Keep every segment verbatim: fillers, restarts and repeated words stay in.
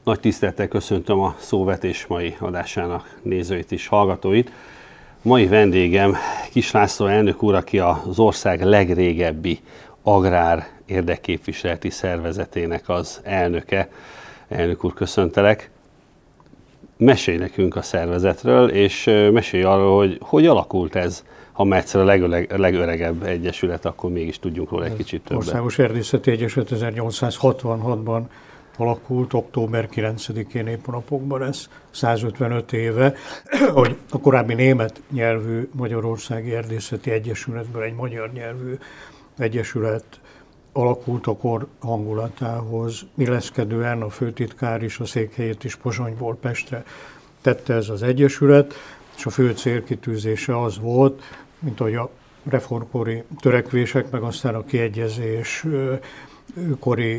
Nagy tisztelettel köszöntöm a Szóvetés mai adásának nézőit és hallgatóit. Mai vendégem Kiss László elnök úr, aki az ország legrégebbi agrár érdekképviseleti szervezetének az elnöke. Elnök úr, köszöntelek. Mesélj nekünk a szervezetről, és mesélj arról, hogy hogy alakult ez, ha már egyszer a legöleg, legöregebb egyesület, akkor mégis tudjunk róla egy kicsit többet. Országos Erdészeti Egyesület ezernyolcszázhatvanhatban alakult, október kilencedikén névnapokban, ez százötvenöt éve, hogy a korábbi német nyelvű Magyarországi Erdészeti Egyesületből egy magyar nyelvű egyesület alakult a kor hangulatához illeszkedően, a főtitkár is, a székhelyét is Pozsonyból Pestre tette ez az egyesület, és a fő célkitűzése az volt, mint ahogy a reformkori törekvések, meg aztán a kiegyezés kori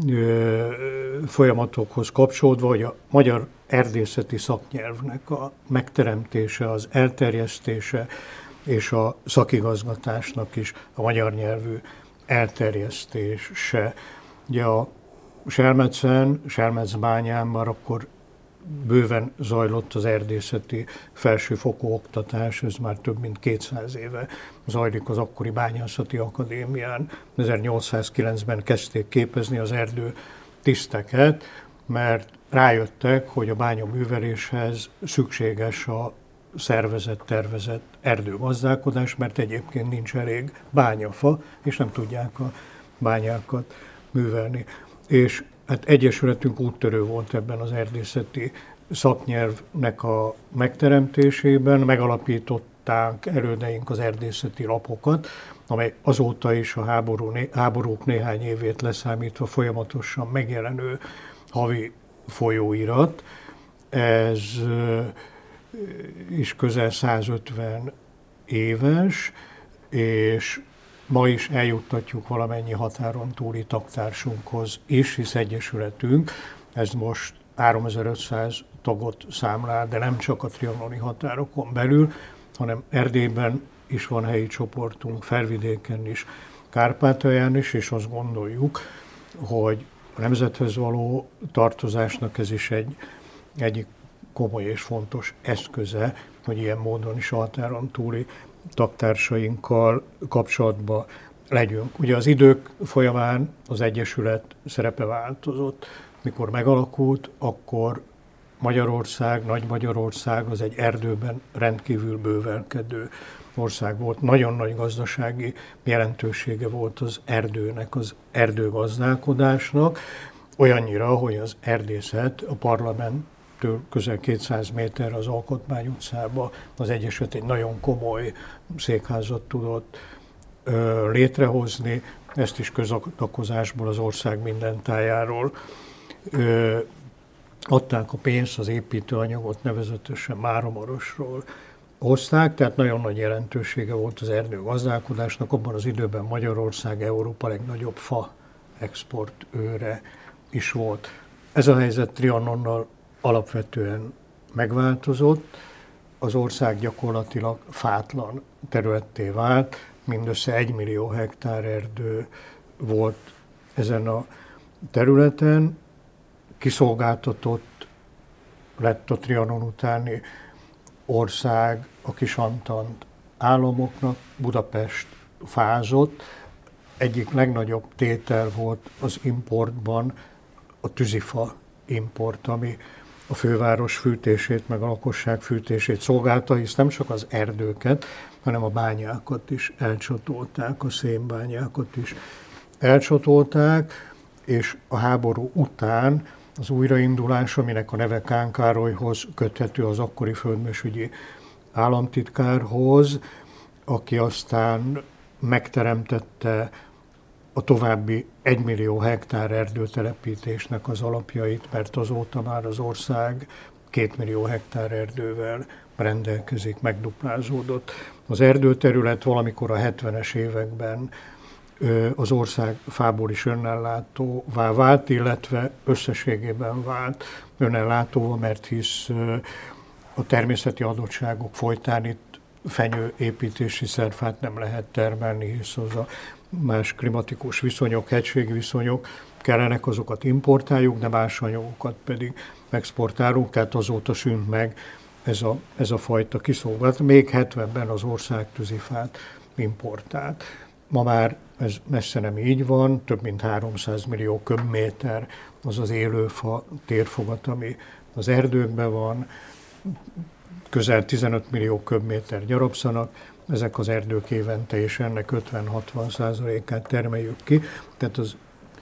folyamatokhoz kapcsolódva, hogy a magyar erdészeti szaknyelvnek a megteremtése, az elterjesztése és a szakigazgatásnak is a magyar nyelvű elterjesztése. Ugye a Selmecen, Selmecbányán már akkor bőven zajlott az erdészeti felsőfokú oktatás, ez már több mint kétszáz éve zajlik az akkori Bányászati Akadémián. ezernyolcszázkilencben kezdték képezni az erdő tiszteket, mert rájöttek, hogy a bányaműveléshez szükséges a szervezett, tervezett erdőgazdálkodás, mert egyébként nincs elég bányafa, és nem tudják a bányákat művelni. És hát egyesületünk úttörő volt ebben az erdészeti szaknyelvnek a megteremtésében, megalapították elődeink az erdészeti lapokat, amely azóta is a háború, háborúk néhány évét leszámítva folyamatosan megjelenő havi folyóirat. Ez is közel százötven éves, és ma is eljuttatjuk valamennyi határon túli taktársunkhoz is, hisz egyesületünk, ez most háromezer-ötszáz tagot számlál, de nem csak a trianoni határokon belül, hanem Erdélyben is van helyi csoportunk, Felvidéken is, Kárpátalján is, és azt gondoljuk, hogy a nemzethez való tartozásnak ez is egy egyik komoly és fontos eszköze, hogy ilyen módon is a határon túli taktársainkkal kapcsolatban legyünk. Ugye az idők folyamán az Egyesület szerepe változott. Mikor megalakult, akkor Magyarország, Nagy-Magyarország az egy erdőben rendkívül bővelkedő ország volt. Nagyon nagy gazdasági jelentősége volt az erdőnek, az erdőgazdálkodásnak, olyannyira, hogy az erdészet a parlament közel kétszáz méterre az Alkotmány utcába az Egyesület egy nagyon komoly székházat tudott ö, létrehozni, ezt is közadakozásból az ország minden tájáról ö, adták a pénzt, az építőanyagot, nevezetesen Máramarossról hozták, tehát nagyon nagy jelentősége volt az erdőgazdálkodásnak, abban az időben Magyarország Európa legnagyobb fa exportőre is volt. Ez a helyzet Trianonnal alapvetően megváltozott, az ország gyakorlatilag fátlan területté vált, mindössze egy millió hektár erdő volt ezen a területen, kiszolgáltatott lett a Trianon utáni ország a kisantant államoknak, Budapest fázott, egyik legnagyobb tétel volt az importban a tűzifa import, ami a főváros fűtését, meg a lakosság fűtését szolgálta, hisz nem csak az erdőket, hanem a bányákat is elcsatolták, a szénbányákat is elcsatolták, és a háború után az újraindulás, aminek a neve Kán Károlyhoz köthető, az akkori földműsügyi államtitkárhoz, aki aztán megteremtette a további egymillió hektár erdőtelepítésnek az alapjait, mert azóta már az ország kétmillió hektár erdővel rendelkezik, megduplázódott. Az erdőterület valamikor a hetvenes években az ország fából is önellátóvá vált, illetve összességében vált önellátóvá, mert hisz a természeti adottságok folytán itt fenyőépítési szerfát nem lehet termelni, hisz az a más klimatikus viszonyok, hegységi viszonyok kellenek, azokat importáljuk, de más anyagokat pedig exportálunk, tehát azóta szűnt meg ez a, ez a fajta kiszolgálat. Még hetvenben az ország tűzifát importált. Ma már ez messze nem így van, több mint háromszáz millió köbméter az az élőfa térfogat, ami az erdőkben van, közel tizenöt millió köbméter gyarapszanak, ezek az erdők évente, és ennek ötven-hatvan százalékát termeljük ki. Tehát az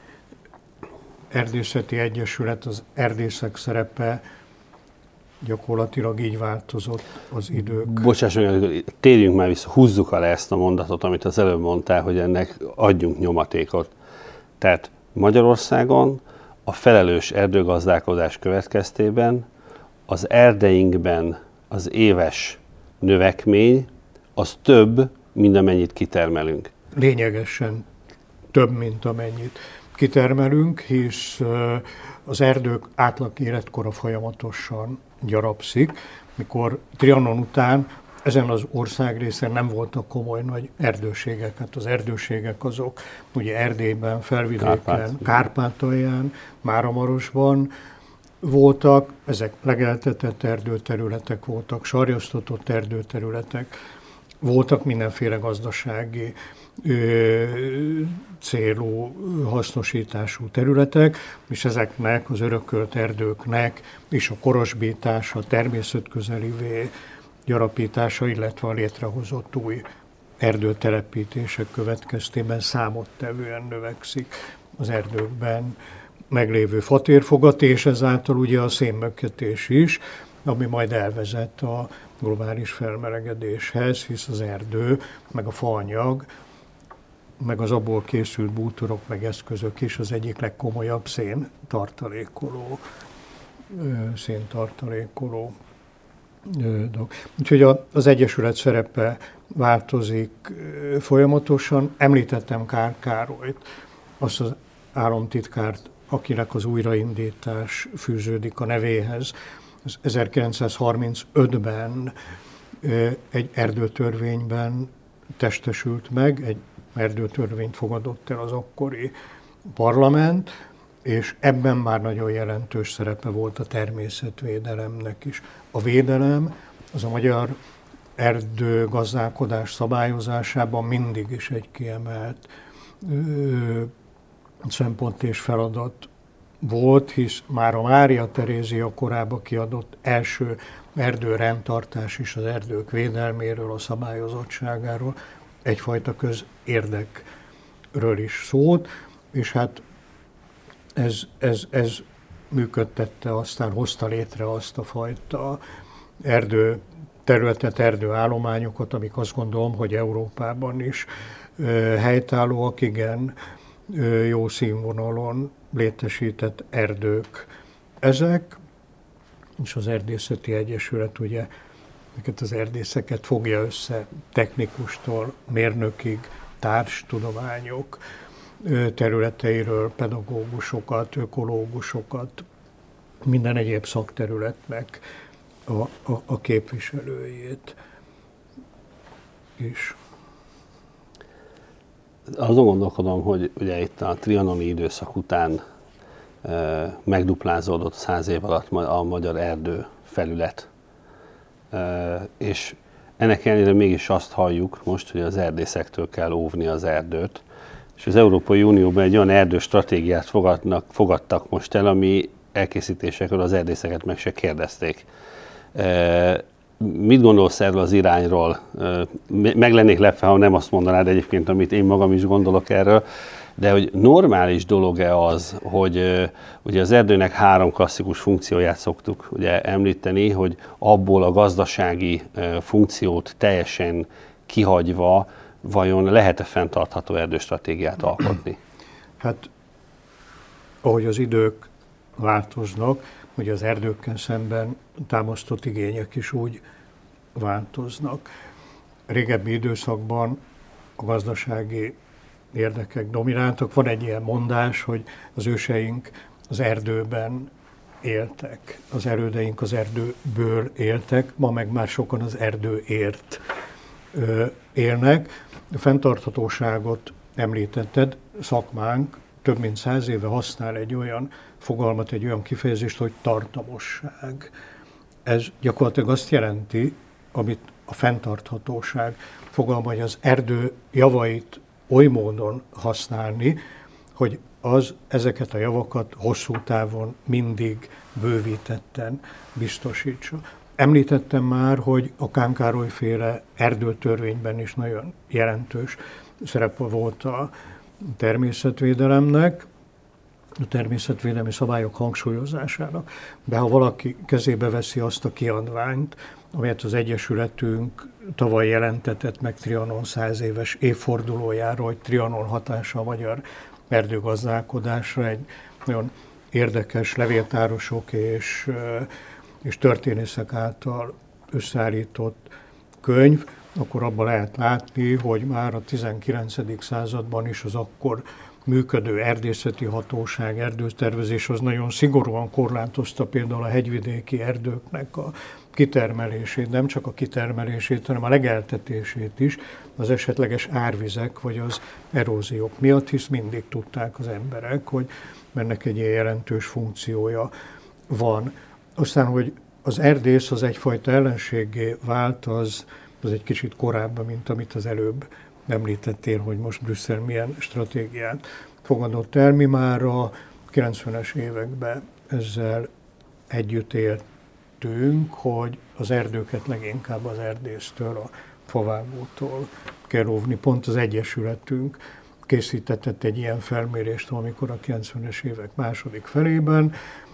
Erdészeti Egyesület, az erdészek szerepe gyakorlatilag így változott az idők. Bocsáss meg, térjünk már vissza, húzzuk alá ezt a mondatot, amit az előbb mondtál, hogy ennek adjunk nyomatékot. Tehát Magyarországon a felelős erdőgazdálkodás következtében az erdeinkben az éves növekmény az több, mint amennyit kitermelünk. Lényegesen több, mint amennyit kitermelünk, hisz az erdők átlag életkora folyamatosan gyarapszik. Mikor Trianon után ezen az országrészen nem voltak komoly nagy erdőségek. Hát az erdőségek azok ugye Erdélyben, Felvidéken, Kárpát. Kárpátalján, Máramarosban voltak, ezek legeltetett erdőterületek voltak, sarjasztatott erdőterületek, voltak mindenféle gazdasági ö, célú, hasznosítású területek, és ezeknek az örökölt erdőknek és a korosbítása, természetközelivé gyarapítása, illetve a létrehozott új erdőtelepítések következtében számottevően növekszik az erdőkben meglévő fatérfogat, és ezáltal ugye a szénmöggetés is, ami majd elvezet a globális felmelegedéshez, hisz az erdő, meg a faanyag, meg az abból készült bútorok, meg eszközök is az egyik legkomolyabb széntartalékoló, széntartalékoló dolog. Úgyhogy az Egyesület szerepe változik folyamatosan. Említettem Kár Károlyt, azt az államtitkárt, akinek az újraindítás fűződik a nevéhez. ezerkilencszázharmincötben egy erdőtörvényben testesült meg, egy erdőtörvényt fogadott el az akkori parlament, és ebben már nagyon jelentős szerepe volt a természetvédelemnek is. A védelem az a magyar erdőgazdálkodás szabályozásában mindig is egy kiemelt ö, szempont és feladat volt, hisz már a Mária Terézia korába kiadott első erdőrendtartás is az erdők védelméről, a szabályozottságáról, egyfajta közérdekről is szólt, és hát ez, ez, ez működtette, aztán hozta létre azt a fajta erdő területet, erdőállományokat, amik azt gondolom, hogy Európában is helytállóak, igen, jó színvonalon létesített erdők ezek, és az Erdészeti Egyesület ugye ezeket az erdészeket fogja össze technikustól, mérnökig, társtudományok területeiről, pedagógusokat, ökológusokat, minden egyéb szakterületnek a, a, a képviselőjét is. Azon gondolkodom, hogy ugye itt a trianoni időszak után e, megduplázódott száz év alatt a magyar erdő felület. E, és ennek ellenére mégis azt halljuk most, hogy az erdészektől kell óvni az erdőt. És az Európai Unióban egy olyan erdőstratégiát fogadnak, fogadtak most el, ami elkészítésekről az erdészeket meg se kérdezték. E, Mit gondolsz erről az irányról? Meg lennék lepve, ha nem azt mondanád egyébként, amit én magam is gondolok erről, de hogy normális dolog-e az, hogy ugye az erdőnek három klasszikus funkcióját szoktuk ugye említeni, hogy abból a gazdasági funkciót teljesen kihagyva vajon lehet-e fenntartható erdőstratégiát alkotni? Hát, ahogy az idők változnak, hogy az erdőkkel szemben támasztott igények is úgy változnak. Régebbi időszakban a gazdasági érdekek domináltak. Van egy ilyen mondás, hogy az őseink az erdőben éltek. Az elődeink az erdőből éltek, ma meg már sokan az erdőért élnek. A fenntarthatóságot említetted, szakmánk több mint száz éve használ egy olyan fogalmat, egy olyan kifejezést, hogy tartamosság. Ez gyakorlatilag azt jelenti, amit a fenntarthatóság fogalma, hogy az erdő javait oly módon használni, hogy az ezeket a javakat hosszú távon mindig bővítetten biztosítsa. Említettem már, hogy a Kán-Károly-féle erdőtörvényben is nagyon jelentős szerepe volt a természetvédelemnek, a természetvédelmi szabályok hangsúlyozásának. De ha valaki kezébe veszi azt a kiadványt, amelyet az Egyesületünk tavaly jelentetett meg Trianon száz éves évfordulójára, hogy Trianon hatása a magyar erdőgazdálkodásra, egy nagyon érdekes levéltárosok és, és történészek által összeállított könyv, akkor abban lehet látni, hogy már a tizenkilencedik században is az akkor működő erdészeti hatóság, erdőtervezés az nagyon szigorúan korlátozta például a hegyvidéki erdőknek a kitermelését, nem csak a kitermelését, hanem a legeltetését is az esetleges árvizek vagy az eróziók miatt, hisz mindig tudták az emberek, hogy ennek egy ilyen jelentős funkciója van. Aztán, hogy az erdész az egyfajta ellenséggé vált, az, az egy kicsit korábban, mint amit az előbb említettél, hogy most Brüsszel milyen stratégiát fogadott el. Mi már a kilencvenes években ezzel együtt éltünk, hogy az erdőket leginkább az erdésztől, a favágótól kell óvni. Pont az Egyesületünk készítetett egy ilyen felmérést, amikor a kilencvenes évek második felében,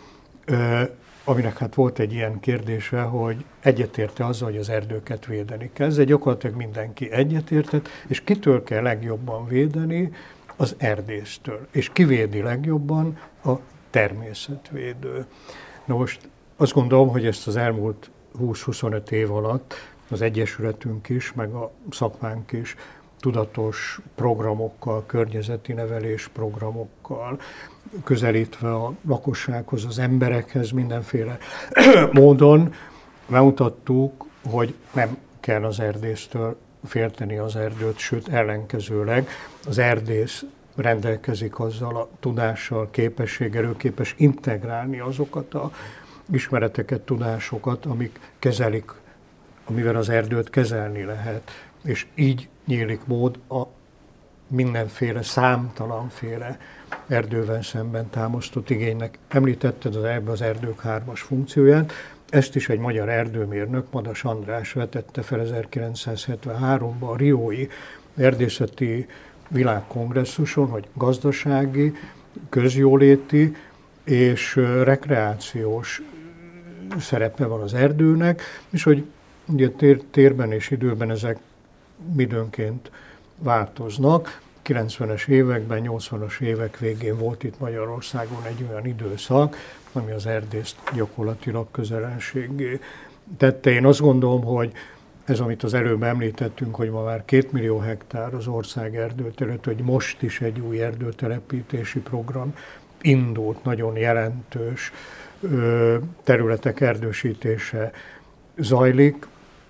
aminek hát volt egy ilyen kérdése, hogy egyetérte azzal, hogy az erdőket védeni kell. Ezzel gyakorlatilag mindenki egyetértett, és kitől kell legjobban védeni? Az erdésztől. És ki védi legjobban? A természetvédő. Na most azt gondolom, hogy ezt az elmúlt húsz-huszonöt év alatt az Egyesületünk is, meg a szakmánk is tudatos programokkal, környezeti nevelés programokkal, közelítve a lakossághoz, az emberekhez mindenféle módon bemutattuk, hogy nem kell az erdésztől félteni az erdőt, sőt ellenkezőleg az erdész rendelkezik azzal a tudással, képességgel, képes integrálni azokat a ismereteket, tudásokat, amik kezelik, amivel az erdőt kezelni lehet. És így nyílik mód a mindenféle, számtalanféle erdővel szemben támasztott igénynek. Említetted az ebbe az erdők hármas funkcióját, ezt is egy magyar erdőmérnök, Madas András vetette fel ezerkilencszázhetvenháromban a riói erdészeti világkongresszuson, hogy gazdasági, közjóléti és rekreációs szerepe van az erdőnek, és hogy ugye tér, térben és időben ezek időnként változnak. kilencvenes években, nyolcvanas évek végén volt itt Magyarországon egy olyan időszak, ami az erdészt gyakorlatilag közelenséggé tette. Én azt gondolom, hogy ez, amit az előbb említettünk, hogy ma már két millió hektár az ország erdőterület, hogy most is egy új erdőtelepítési program indult, nagyon jelentős területek erdősítése zajlik.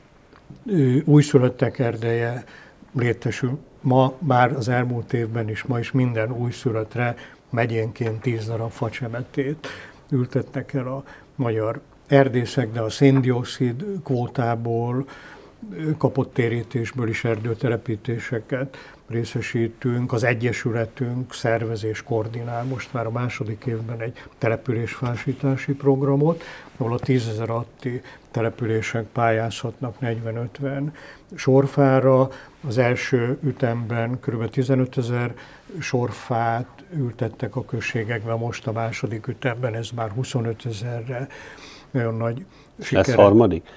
Újszülöttek erdeje létesül. Ma már az elmúlt évben is, ma is minden újszülöttre megyénként tíz darab facsemetét ültetnek el a magyar erdészek, de a szén-dioxid kvótából kapott térítésből is erdőtelepítéseket részesítünk. Az Egyesületünk szervezés koordinál most már a második évben egy településfásítási programot, ahol a tízezer alatti települések pályázhatnak negyven-ötven sorfára. Az első ütemben kb. tizenötezer sorfát ültettek a községekben, most a második ütemben ez már huszonötezerre. Nagyon nagy sikere. Lesz harmadik?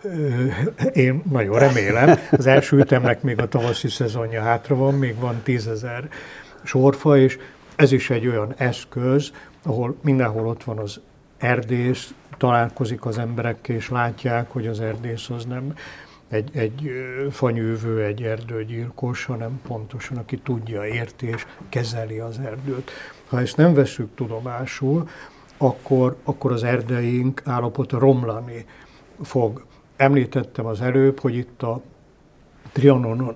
Én nagyon remélem. Az első ütemnek még a tavaszi szezonja hátra van, még van tízezer sorfa, és ez is egy olyan eszköz, ahol mindenhol ott van az erdész, találkozik az emberekkel, és látják, hogy az erdész az nem egy, egy fanyűvő, egy erdőgyilkos, hanem pontosan, aki tudja, érti és kezeli az erdőt. Ha ezt nem vesszük tudomásul, akkor, akkor az erdőink állapota romlani fog. Említettem az előbb, hogy itt a Trianonon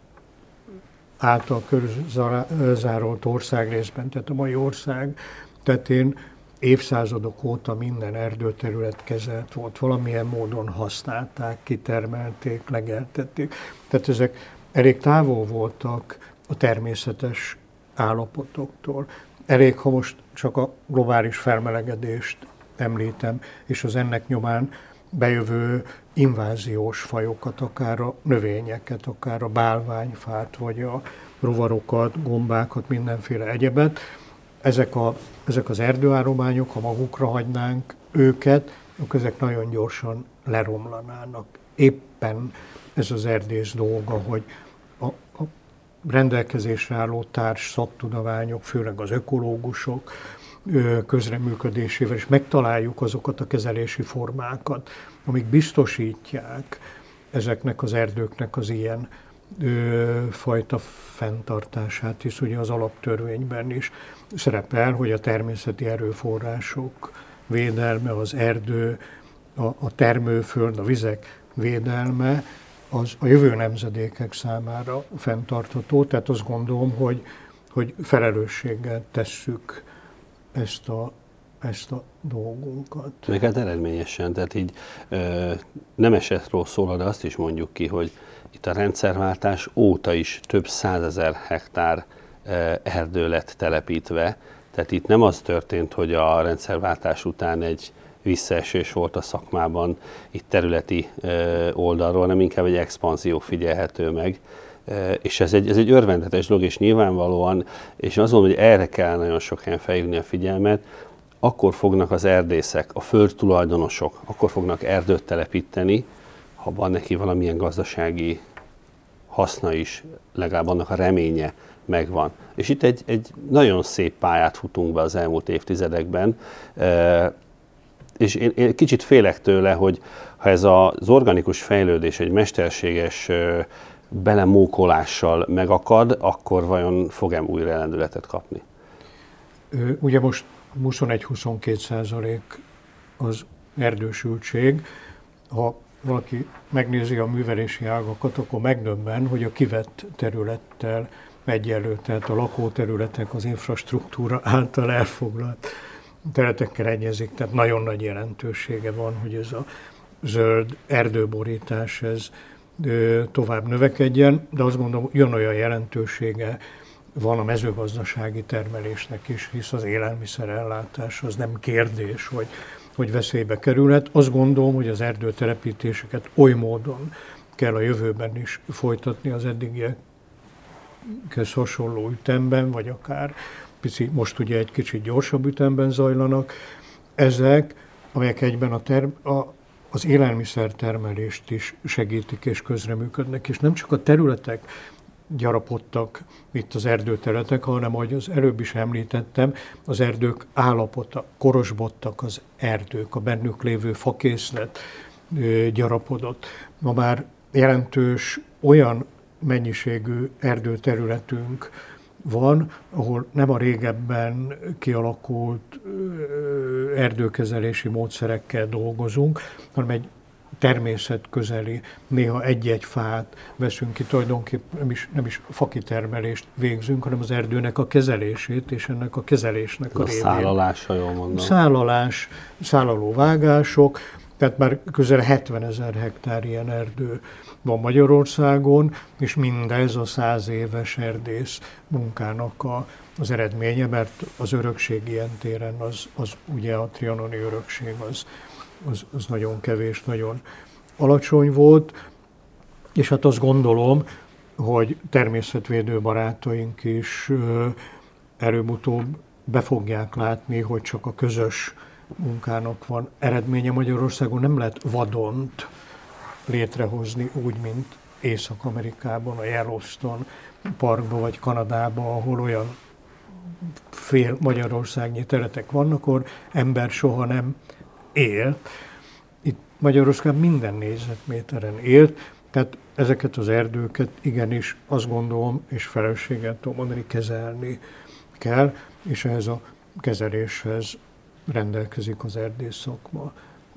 által körzárolt országrészben, tehát a mai ország tetén évszázadok óta minden erdőterület kezelt volt, valamilyen módon használták, kitermelték, legeltették. Tehát ezek elég távol voltak a természetes állapotoktól. Elég, ha most csak a globális felmelegedést említem, és az ennek nyomán bejövő inváziós fajokat, akár a növényeket, akár a bálványfát, vagy a rovarokat, gombákat, mindenféle egyebet. Ezek, a, ezek az erdőállományok, ha magukra hagynánk őket, akkor ezek nagyon gyorsan leromlanának. Éppen ez az erdész dolga, hogy a, a rendelkezésre álló társ szaktudományok, főleg az ökológusok közreműködésével, és megtaláljuk azokat a kezelési formákat, amik biztosítják ezeknek az erdőknek az ilyen ö, fajta fenntartását, hisz ugye az alaptörvényben is szerepel, hogy a természeti erőforrások védelme, az erdő, a, a termőföld, a vizek védelme, az a jövő nemzedékek számára fenntartható. Tehát azt gondolom, hogy, hogy felelősséggel tesszük ezt a, ezt a dolgunkat. Meg hát eredményesen, tehát így ö, nem esetről szól, de azt is mondjuk ki, hogy itt a rendszerváltás óta is több százezer hektár ö, erdő lett telepítve. Tehát itt nem az történt, hogy a rendszerváltás után egy visszaesés volt a szakmában itt területi ö, oldalról, hanem inkább egy expanzió figyelhető meg. És ez egy, ez egy örvendetes dolog, és nyilvánvalóan, és azt mondom, hogy erre kell nagyon sok helyen felhívni a figyelmet, akkor fognak az erdészek, a földtulajdonosok, akkor fognak erdőt telepíteni, ha van neki valamilyen gazdasági haszna is, legalább annak a reménye megvan. És itt egy, egy nagyon szép pályát futunk be az elmúlt évtizedekben, és én, én kicsit félek tőle, hogy ha ez az organikus fejlődés egy mesterséges belemókolással megakad, akkor vajon fog-e újra lendületet kapni? Ugye most huszonegy-huszonkettő százalék az erdősültség. Ha valaki megnézi a művelési ágakat, akkor megdöbben, hogy a kivett területtel egyenlő, tehát a lakóterületek az infrastruktúra által elfoglalt területekkel egyezik, tehát nagyon nagy jelentősége van, hogy ez a zöld erdőborítás, ez tovább növekedjen, de azt gondolom, jön olyan jelentősége van a mezőgazdasági termelésnek is, hisz az élelmiszerellátás az nem kérdés, hogy, hogy veszélybe kerülhet. Azt gondolom, hogy az erdőtelepítéseket oly módon kell a jövőben is folytatni az eddigiekhez hasonló ütemben, vagy akár pici, most ugye egy kicsit gyorsabb ütemben zajlanak. Ezek, amelyek egyben a, term, a az élelmiszertermelést is segítik és közreműködnek, és nem csak a területek gyarapodtak itt az erdőterületek, hanem, ahogy az előbb is említettem, az erdők állapota, korosbodtak az erdők, a bennük lévő fakészlet gyarapodott. Ma már jelentős olyan mennyiségű erdőterületünk van, ahol nem a régebben kialakult erdőkezelési módszerekkel dolgozunk, hanem egy természetközeli, néha egy-egy fát veszünk ki, tulajdonképpen nem is, nem is fakitermelést végzünk, hanem az erdőnek a kezelését, és ennek a kezelésnek a, a révén. Szállalás, ha jól mondom. Szállalás, szállalóvágások, tehát már közel hetvenezer hektár ilyen erdő van Magyarországon, és mindez a száz éves erdész munkának a, az eredménye, mert az örökség ilyen téren, az, az ugye a trianoni örökség, az, az, az nagyon kevés, nagyon alacsony volt, és hát azt gondolom, hogy természetvédő barátaink is előbb-utóbb be fogják látni, hogy csak a közös munkának van eredménye. Magyarországon nem lehet vadont létrehozni úgy, mint Észak-Amerikában, a Yellowstone parkban vagy Kanadában, ahol olyan fél magyarországnyi területek vannak, ahol ember soha nem élt. Itt Magyarországon minden négyzetméteren élt, tehát ezeket az erdőket igenis azt gondolom, és felelősséggel tudom mondani, kezelni kell, és ehhez a kezeléshez rendelkezik az erdész szakma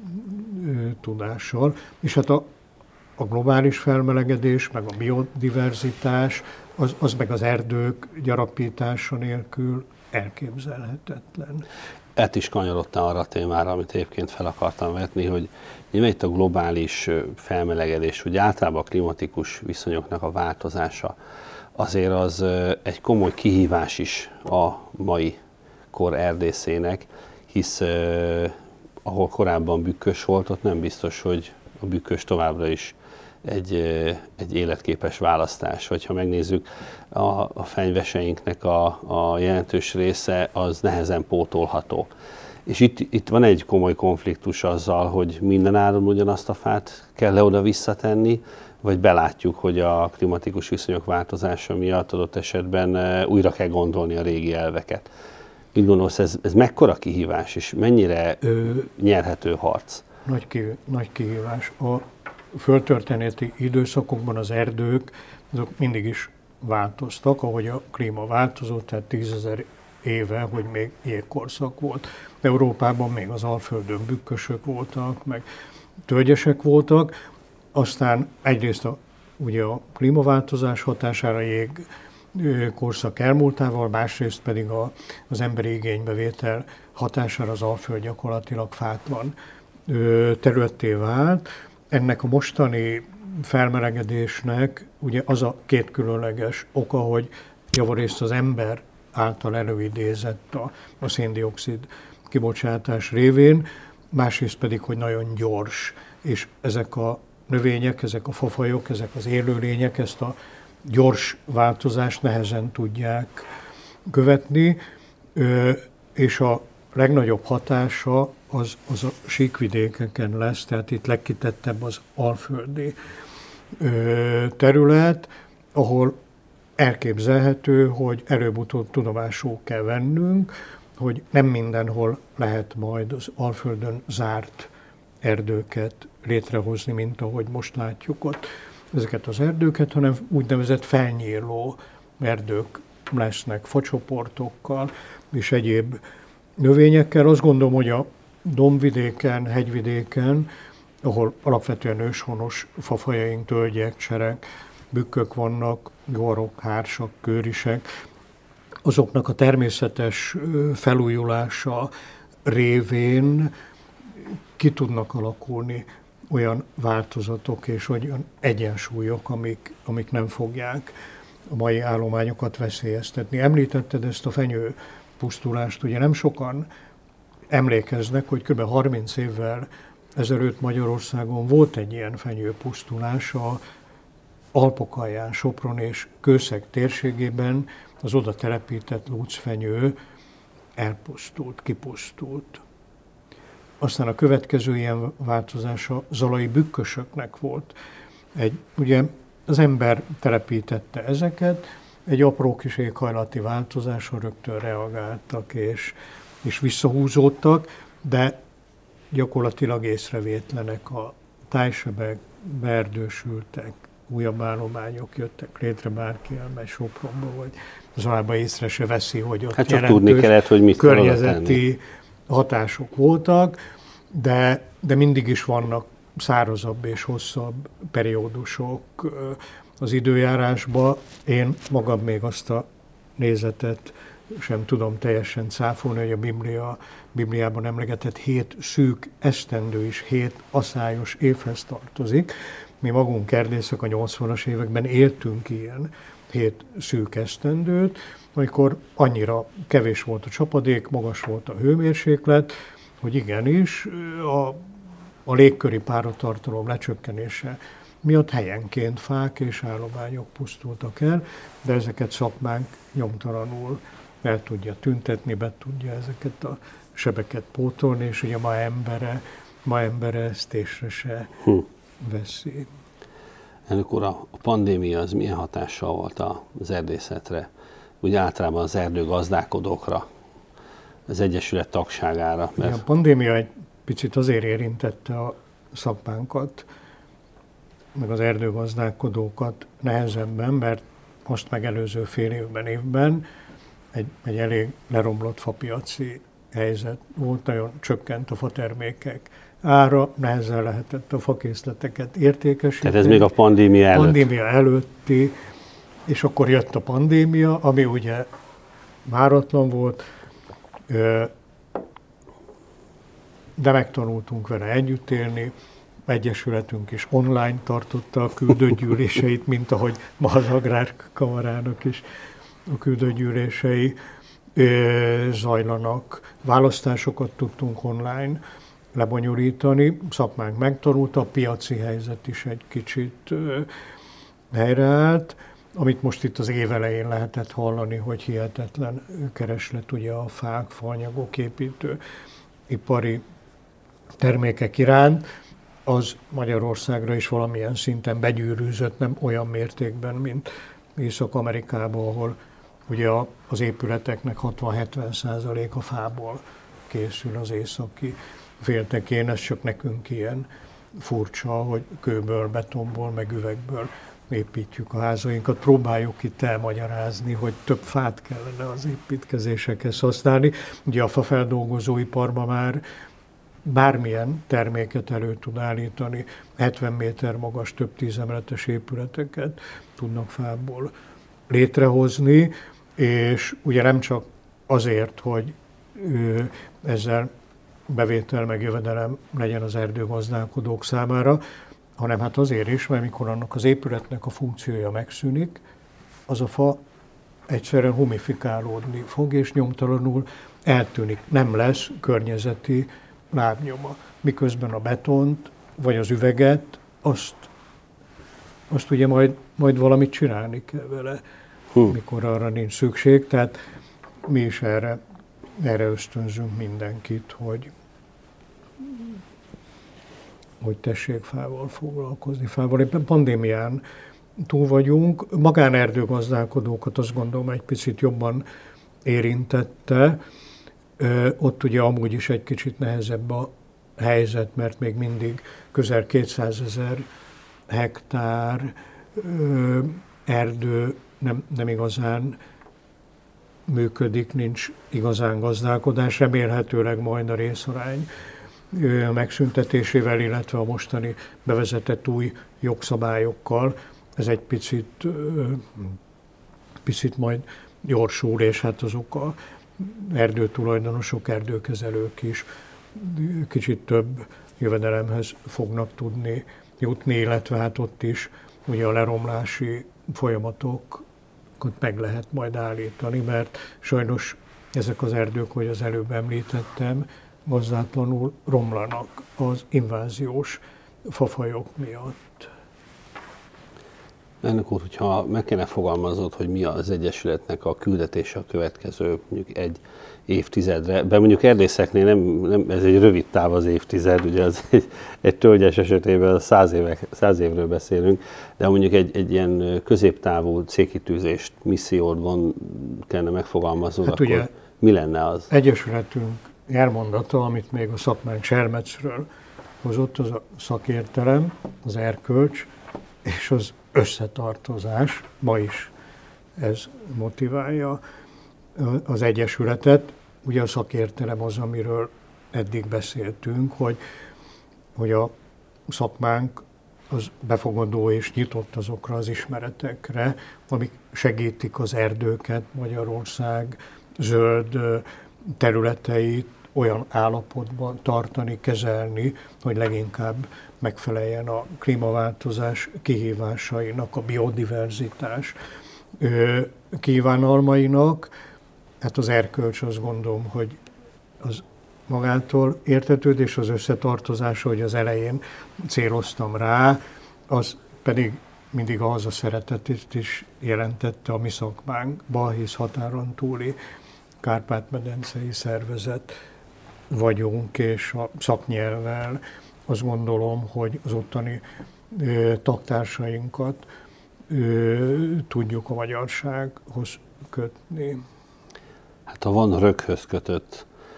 tudással. És hát a, a globális felmelegedés, meg a biodiverzitás, az, az meg az erdők gyarapítása nélkül elképzelhetetlen. Át is kanyarodtam arra a témára, amit egyébként fel akartam vetni, hogy nyilván itt a globális felmelegedés, hogy általában a klimatikus viszonyoknak a változása, azért az egy komoly kihívás is a mai kor erdészének, hisz eh, ahol korábban bükkös volt, ott nem biztos, hogy a bükkös továbbra is egy, eh, egy életképes választás. Vagy ha megnézzük, a, a fenyveseinknek a, a jelentős része az nehezen pótolható. És itt, itt van egy komoly konfliktus azzal, hogy minden áron ugyanazt a fát kell-e oda visszatenni, vagy belátjuk, hogy a klimatikus viszonyok változása miatt adott esetben újra kell gondolni a régi elveket. Mit gondolsz, ez, ez mekkora kihívás, és mennyire Ö, nyerhető harc? Nagy, ki, nagy kihívás. A földtörténeti időszakokban az erdők azok mindig is változtak, ahogy a klíma változott, tehát tízezer éve, hogy még jégkorszak volt. Európában még az Alföldön bükkösök voltak, meg tölgyesek voltak, aztán egyrészt a, ugye a klímaváltozás hatására jég korszak elmúltával, másrészt pedig a, az emberi igénybevétel hatására az Alföld gyakorlatilag fátlan területté vált. Ennek a mostani felmelegedésnek ugye az a két különleges oka, hogy javarészt az ember által előidézett a, a szén-dioxid kibocsátás révén, másrészt pedig, hogy nagyon gyors, és ezek a növények, ezek a fafajok, ezek az élőlények ezt a gyors változást nehezen tudják követni, és a legnagyobb hatása az, az a síkvidékeken lesz, tehát itt legkitettebb az alföldi terület, ahol elképzelhető, hogy előbb-utóbb tudomásul kell vennünk, hogy nem mindenhol lehet majd az Alföldön zárt erdőket létrehozni, mint ahogy most látjuk ott ezeket az erdőket, hanem úgynevezett felnyíló erdők lesznek facsoportokkal és egyéb növényekkel. Azt gondolom, hogy a dombvidéken, hegyvidéken, ahol alapvetően őshonos fafajaink, tölgyek, cserek, bükkök vannak, golyók, hársak, kőrisek, azoknak a természetes felújulása révén ki tudnak alakulni olyan változatok és olyan egyensúlyok, amik, amik nem fogják a mai állományokat veszélyeztetni. Említetted ezt a fenyő pusztulást, ugye nem sokan emlékeznek, hogy kb. harminc évvel ezelőtt Magyarországon volt egy ilyen fenyőpusztulás a Alpok alján, Sopron és Kőszeg térségében, az oda telepített lúcfenyő elpusztult, kipusztult. Aztán a következő ilyen változása zalai bükkösöknek volt. Egy, ugye az ember telepítette ezeket, egy apró kis éghajlati változásra rögtön reagáltak és, és visszahúzódtak, de gyakorlatilag észrevétlenek a tájsebek, beerdősültek, újabb állományok jöttek létre, bárki elmegy Sopronba, vagy Zalába észre se veszi, hogy ott hát csak tudni kellett, hogy mit környezeti hatások voltak, de, de mindig is vannak szárazabb és hosszabb periódusok az időjárásban. Én magam még azt a nézetet sem tudom teljesen cáfolni, hogy a Biblia, Bibliában emlegetett hét szűk esztendő is hét aszályos évhez tartozik. Mi magunk erdészek a nyolcvanas években éltünk ilyen hét szűk esztendőt, amikor annyira kevés volt a csapadék, magas volt a hőmérséklet, hogy igenis a, a légköri páratartalom lecsökkenése miatt helyenként fák és állományok pusztultak el, de ezeket szakmánk nyomtalanul el tudja tüntetni, be tudja ezeket a sebeket pótolni, és ugye ma embere, ma embere ezt észre se hm. veszi. Elnök úr, a pandémia az milyen hatással volt az erdészetre, úgy általában az erdőgazdálkodókra, az Egyesület tagságára? Mert... A pandémia egy picit azért érintette a szakmánkat, meg az erdőgazdálkodókat nehezebben, mert most megelőző fél évben, évben egy, egy elég leromlott fapiaci helyzet volt, nagyon csökkent a fatermékek ára, nehezen lehetett a fakészleteket értékesíteni. Tehát ez még a pandémia előtt? Pandémia előtti, és akkor jött a pandémia, ami ugye váratlan volt, de megtanultunk vele együtt élni. Egyesületünk is online tartotta a küldött gyűléseit, mint ahogy ma az Agrárkamarának is a küldött gyűlései zajlanak. Választásokat tudtunk online lebonyolítani, szakmánk megtanulta, a piaci helyzet is egy kicsit helyreállt, amit most itt az év elején lehetett hallani, hogy hihetetlen kereslet ugye a fák, faanyagok, építő, ipari termékek iránt, az Magyarországra is valamilyen szinten begyűrűzött, nem olyan mértékben, mint Észak-Amerikában, ahol ugye az épületeknek hatvan-hetven százaléka fából készül az északi féltekén, ez csak nekünk ilyen furcsa, hogy kőből, betonból, meg üvegből építjük a házainkat. Próbáljuk itt elmagyarázni, hogy több fát kellene az építkezésekhez használni. Ugye a fafeldolgozóiparban már bármilyen terméket elő tud állítani, hetven méter magas, több tízemeletes épületeket tudnak fából létrehozni, és ugye nem csak azért, hogy ezzel bevétel meg jövedelem legyen az erdőgazdálkodók számára, hanem hát azért is, mert mikor annak az épületnek a funkciója megszűnik, az a fa egyszerűen humifikálódni fog, és nyomtalanul eltűnik. Nem lesz környezeti lábnyoma. Miközben a betont, vagy az üveget, azt, azt ugye majd, majd valamit csinálni kell vele, hm. mikor arra nincs szükség. Tehát mi is erre, erre ösztönzünk mindenkit, hogy, hogy tessék fával foglalkozni. Fával éppen pandémián túl vagyunk. Magánerdőgazdálkodókat azt gondolom egy picit jobban érintette. Ö, ott ugye amúgy is egy kicsit nehezebb a helyzet, mert még mindig közel kétszázezer hektár ö, erdő nem, nem igazán működik, nincs igazán gazdálkodás. Remélhetőleg majd a részarány ö, megszüntetésével, illetve a mostani bevezetett új jogszabályokkal ez egy picit, ö, picit majd gyorsul, és hát azok a erdőtulajdonosok, erdőkezelők is kicsit több jövedelemhez fognak tudni jutni, illetve hát ott is ugye a leromlási folyamatokat meg lehet majd állítani, mert sajnos ezek az erdők, hogy az előbb említettem, gazdátlanul romlanak az inváziós fafajok miatt. Elnök úr, hogyha meg kéne fogalmaznod, hogy mi az Egyesületnek a küldetése a következő mondjuk egy évtizedre, be mondjuk erdészeknél nem, nem, ez egy rövid táv az évtized, ugye az egy, egy tölgyes esetében száz, évek, száz évről beszélünk, de mondjuk egy, egy ilyen középtávú célkitűzést, missziót van, kellene megfogalmaznod, hát akkor ugye mi lenne az? Egyesületünk jelmondata, amit még a szakmánk Sermecről hozott, az a szakértelem, az erkölcs és az összetartozás. Ma is ez motiválja az Egyesületet. Ugye a szakértelem az, amiről eddig beszéltünk, hogy, hogy a szakmánk az befogadó és nyitott azokra az ismeretekre, amik segítik az erdőket, Magyarország zöld területeit olyan állapotban tartani, kezelni, hogy leginkább megfeleljen a klímaváltozás kihívásainak, a biodiverzitás kívánalmainak. Hát az erkölcs, azt gondolom, hogy az magától értetődés, az összetartozás, hogy az elején céloztam rá, az pedig mindig a hazaszeretetét is jelentette a mi szakmánkba, hisz határon túli Kárpát-medencei szervezet vagyunk, és a szaknyelvvel azt gondolom, hogy az ottani ö, tagtársainkat ö, tudjuk a magyarsághoz kötni. Hát ha van röghöz kötött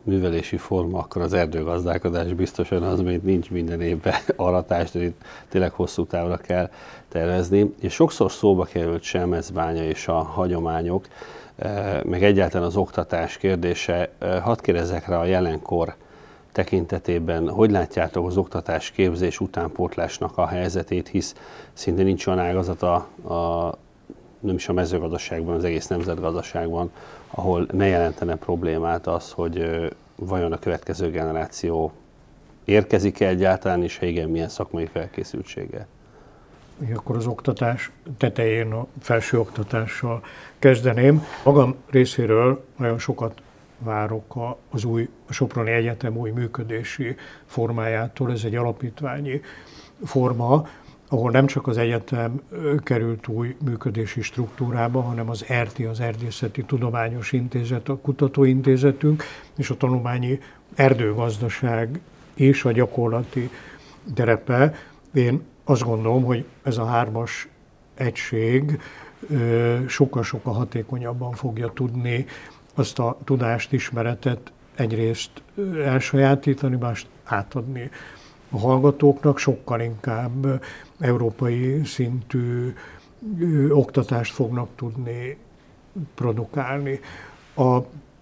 művelési forma, akkor az erdőgazdálkodás biztosan az, még nincs minden évben aratás, de itt tényleg hosszú távra kell tervezni. És sokszor szóba került Selmecbánya és a hagyományok, meg egyáltalán az oktatás kérdése. Hadd kérdezzek rá a jelenkor tekintetében, hogy látjátok az oktatás képzés utánpótlásnak a helyzetét, hisz szinte nincs olyan ágazat a, a nem is a mezőgazdaságban, az egész nemzetgazdaságban, ahol ne jelentene problémát az, hogy vajon a következő generáció érkezik-e egyáltalán, és ha igen, milyen szakmai felkészültséggel. Akkor az oktatás tetején a felsőoktatással kezdeném. Magam részéről nagyon sokat várok az új a Soproni Egyetem új működési formájától. Ez egy alapítványi forma, ahol nem csak az egyetem került új működési struktúrába, hanem az er té, az Erdészeti Tudományos Intézet, a kutatóintézetünk, és a tanulmányi erdőgazdaság és a gyakorlati terepe. Én azt gondolom, hogy ez a hármas egység sokkal-sokkal hatékonyabban fogja tudni azt a tudást, ismeretet egyrészt elsajátítani, mást átadni a hallgatóknak, sokkal inkább európai szintű oktatást fognak tudni produkálni. A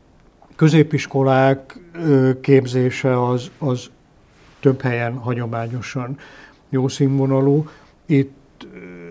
középiskolák képzése az, az több helyen hagyományosan jó színvonalú. Itt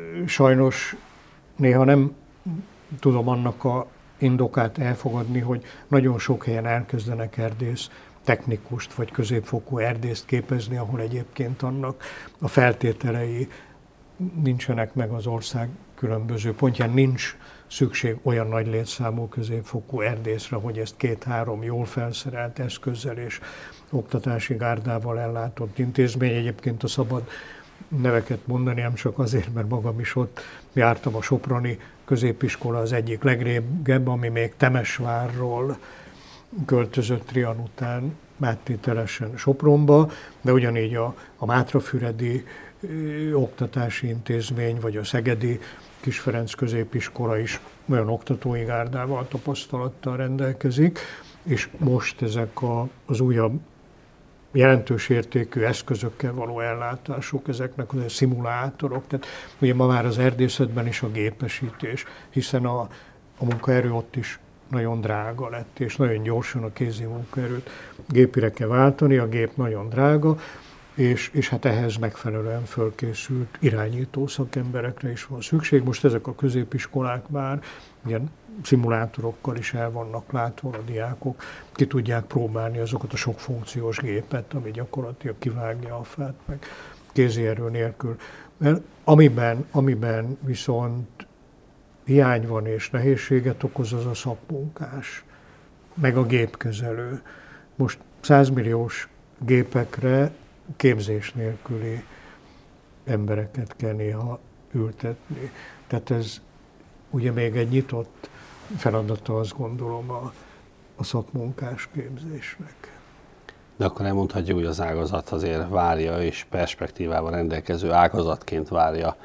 sajnos néha nem tudom annak a indokát elfogadni, hogy nagyon sok helyen elkezdenek erdész technikust vagy középfokú erdészt képezni, ahol egyébként annak a feltételei nincsenek meg az ország különböző pontján. Nincs szükség olyan nagy létszámú középfokú erdészre, hogy ezt két-három jól felszerelt eszközzel és oktatási gárdával ellátott intézmény. Egyébként a szabad neveket mondani, nem csak azért, mert magam is ott jártam. A soproni középiskola az egyik legrégebb, ami még Temesvárról költözött Trian után áttételesen Sopronba, de ugyanígy a, a Mátrafüredi ö, oktatási intézmény, vagy a szegedi Kis Ferenc középiskola is olyan oktatói gárdával, tapasztalattal rendelkezik, és most ezek a, az újabb jelentős értékű eszközökkel való ellátások, ezeknek a szimulátorok, tehát ugye ma már az erdészetben is a gépesítés, hiszen a, a munkaerő ott is nagyon drága lett, és nagyon gyorsan a kézi munkaerőt gépire kell váltani, a gép nagyon drága, és, és hát ehhez megfelelően fölkészült irányító szakemberekre is van szükség. Most ezek a középiskolák már ilyen szimulátorokkal is el vannak látva, a diákok ki tudják próbálni azokat a sok funkciós gépet, ami gyakorlatilag kivágja a fát, meg kézi erő nélkül. Mert amiben, amiben viszont hiány van és nehézséget okoz, az a szakmunkás, meg a gépkezelő. Most százmilliós gépekre képzés nélküli embereket kell néha ültetni. Tehát ez ugye még egy nyitott feladata, azt gondolom, a, a szakmunkás képzésnek. De akkor elmondhatjuk, hogy az ágazat azért várja, és perspektívával rendelkező ágazatként várja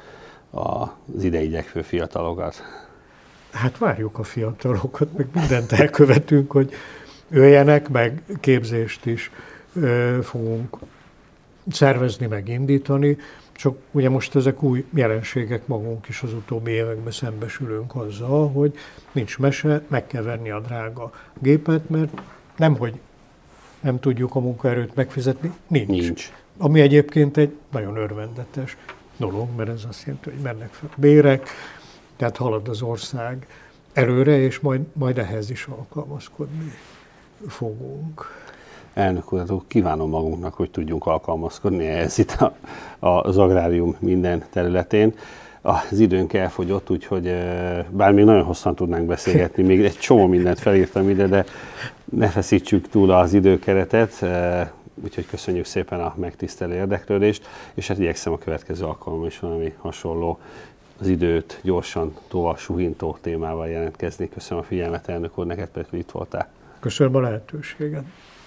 az ide igyekvő fiatalokat. Hát várjuk a fiatalokat, meg mindent elkövetünk, hogy jöjjenek, meg képzést is ö, fogunk szervezni, meg indítani. Csak ugye most ezek új jelenségek, magunk is az utóbbi években szembesülünk azzal, hogy nincs mese, meg kell venni a drága gépet, mert nemhogy nem tudjuk a munkaerőt megfizetni, nincs. nincs. Ami egyébként egy nagyon örvendetes dolog, mert ez azt jelenti, hogy mennek fel a bérek, tehát halad az ország előre, és majd, majd ehhez is alkalmazkodni fogunk. Elnök úr, kívánom magunknak, hogy tudjunk alkalmazkodni ehhez itt a, az agrárium minden területén. Az időnk elfogyott, úgyhogy bár még nagyon hosszan tudnánk beszélgetni, még egy csomó mindent felírtam ide, de ne feszítsük túl az időkeretet. Úgyhogy köszönjük szépen a megtisztelő érdeklődést, és hát igyekszem a következő alkalommal is valami hasonló, az időt gyorsan tovább suhintó témával jelentkezni. Köszönöm a figyelmet, elnök úr, neked pedig, hogy itt voltál. Köszönöm a lehetőséget.